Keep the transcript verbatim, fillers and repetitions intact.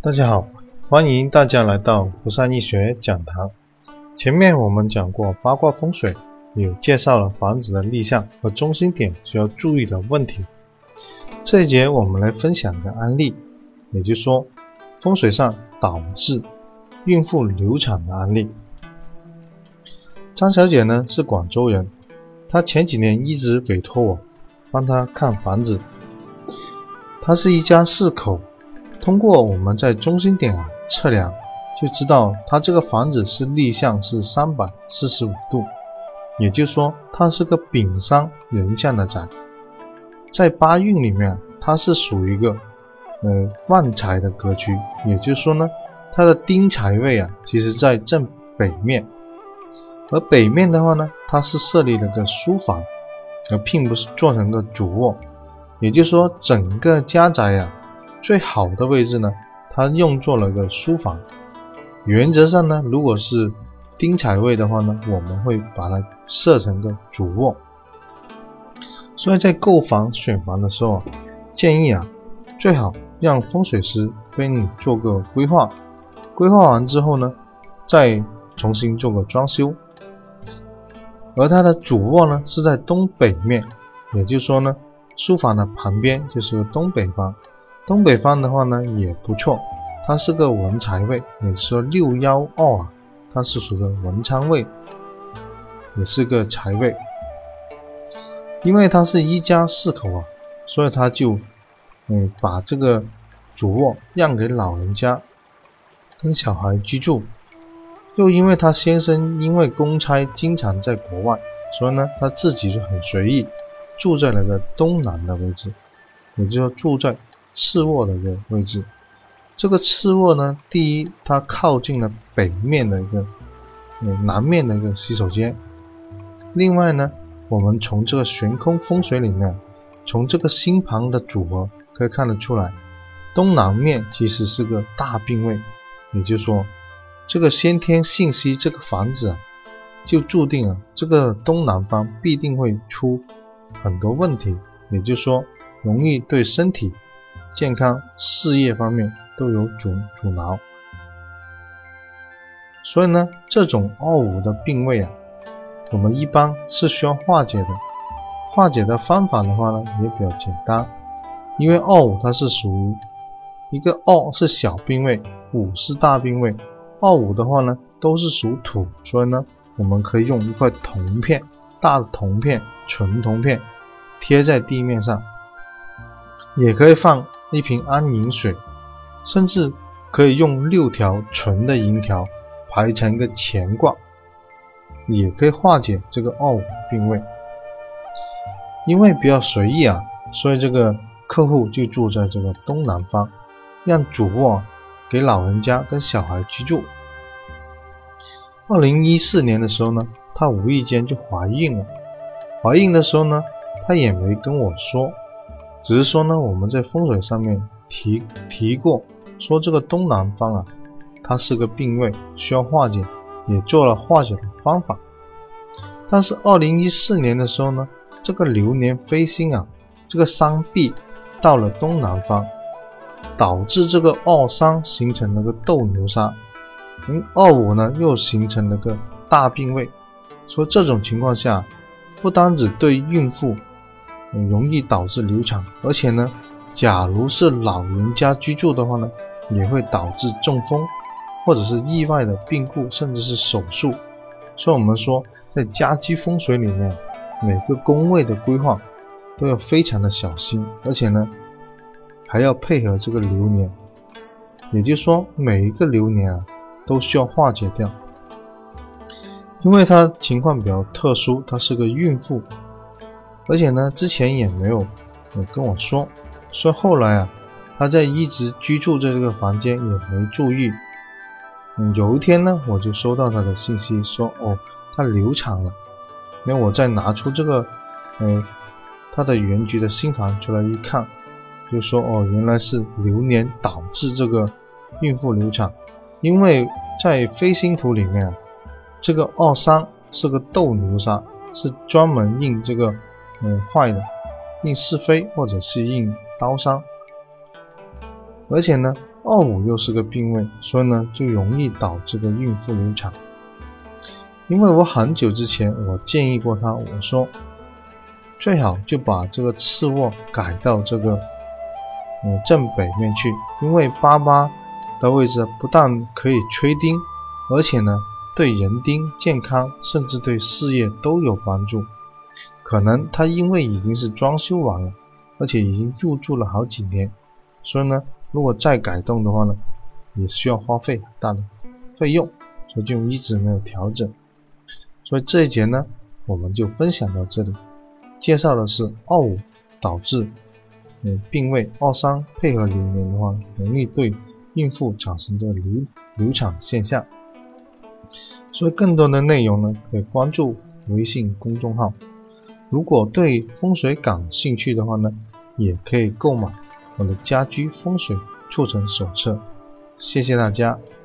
大家好，欢迎大家来到福山易学讲堂。前面我们讲过八卦风水，也介绍了房子的立向和中心点需要注意的问题。这一节我们来分享个案例，也就是说风水上导致孕妇流产的案例。张小姐呢是广州人，她前几年一直委托我帮她看房子。她是一家四口，通过我们在中心点啊测量，就知道她这个房子是立向是三百四十五度，也就是说它是个丙山人向的宅。在八运里面，它是属于一个呃旺财的格局，也就是说呢，它的丁财位啊，其实在正北面，而北面的话呢，它是设立了个书房，而并不是做成个主卧。也就是说，整个家宅啊，最好的位置呢，它用作了个书房。原则上呢，如果是丁财位的话呢，我们会把它设成个主卧。所以在购房选房的时候，建议啊，最好让风水师跟你做个规划，规划完之后呢，再重新做个装修。而它的主卧呢是在东北面，也就是说呢，书房的旁边就是个东北方。东北方的话呢也不错，它是个文财位，也就是说六一二啊，它是属于文昌位，也是个财位。因为它是一家四口啊，所以他就嗯把这个主卧让给老人家跟小孩居住。又因为他先生因为公差经常在国外，所以呢他自己就很随意住在了个东南的位置，也就是说住在次卧的一个位置。这个次卧呢，第一它靠近了北面的一个、嗯、南面的一个洗手间。另外呢，我们从这个悬空风水里面，从这个星盘的组合可以看得出来，东南面其实是个大病位，也就是说这个先天信息，这个房子啊，就注定了这个东南方必定会出很多问题，也就是说容易对身体健康事业方面都有阻阻挠。所以呢，这种二五的病位啊，我们一般是需要化解的。化解的方法的话呢，也比较简单。因为二五它是属于一个二是小病位，五是大病位。二五的话呢，都是属土，所以呢，我们可以用一块铜片，大的铜片，纯铜片贴在地面上，也可以放一瓶安银水，甚至可以用六条纯的银条排成一个乾卦，也可以化解这个二五病位。因为比较随意啊，所以这个客户就住在这个东南方，让主卧给老人家跟小孩居住。二零一四年的时候呢，她无意间就怀孕了。怀孕的时候呢，她也没跟我说，只是说呢，我们在风水上面提提过，说这个东南方啊，它是个病位，需要化解，也做了化解的方法。但是二零一四年的时候呢，这个流年飞星啊，这个三碧到了东南方，导致这个二三形成了个斗牛杀，嗯，二五呢又形成了个大病位。所以这种情况下，不单只对孕妇、嗯、容易导致流产，而且呢，假如是老人家居住的话呢，也会导致中风或者是意外的病故，甚至是手术。所以我们说，在家居风水里面，每个宫位的规划都要非常的小心，而且呢还要配合这个流年，也就是说每一个流年啊都需要化解掉。因为她情况比较特殊，她是个孕妇，而且呢之前也没有跟我说，所以后来啊她在一直居住在这个房间也没注意。嗯，有一天呢我就收到她的信息说，哦，她流产了。然后我再拿出这个呃她的原局的星盘出来一看，就说哦，原来是流年导致这个孕妇流产。因为在飞星图里面啊，这个二三是个斗牛杀，是专门印这个嗯坏的，印是非或者是印刀伤。而且呢二五又是个病位，所以呢就容易导致个孕妇流产。因为我很久之前我建议过他，我说最好就把这个次卧改到这个呃正北面去，因为八八的位置不但可以催丁，而且呢对人丁健康甚至对事业都有帮助。可能他因为已经是装修完了，而且已经入住了好几年，所以呢如果再改动的话呢，也需要花费很大的费用，所以就一直没有调整。所以这一节呢我们就分享到这里，介绍的是二五导致嗯病位二三配合流年的话，容易对孕妇产生这个流流产现象。所以更多的内容呢可以关注微信公众号，如果对风水感兴趣的话呢，也可以购买我的家居风水促成手册。谢谢大家。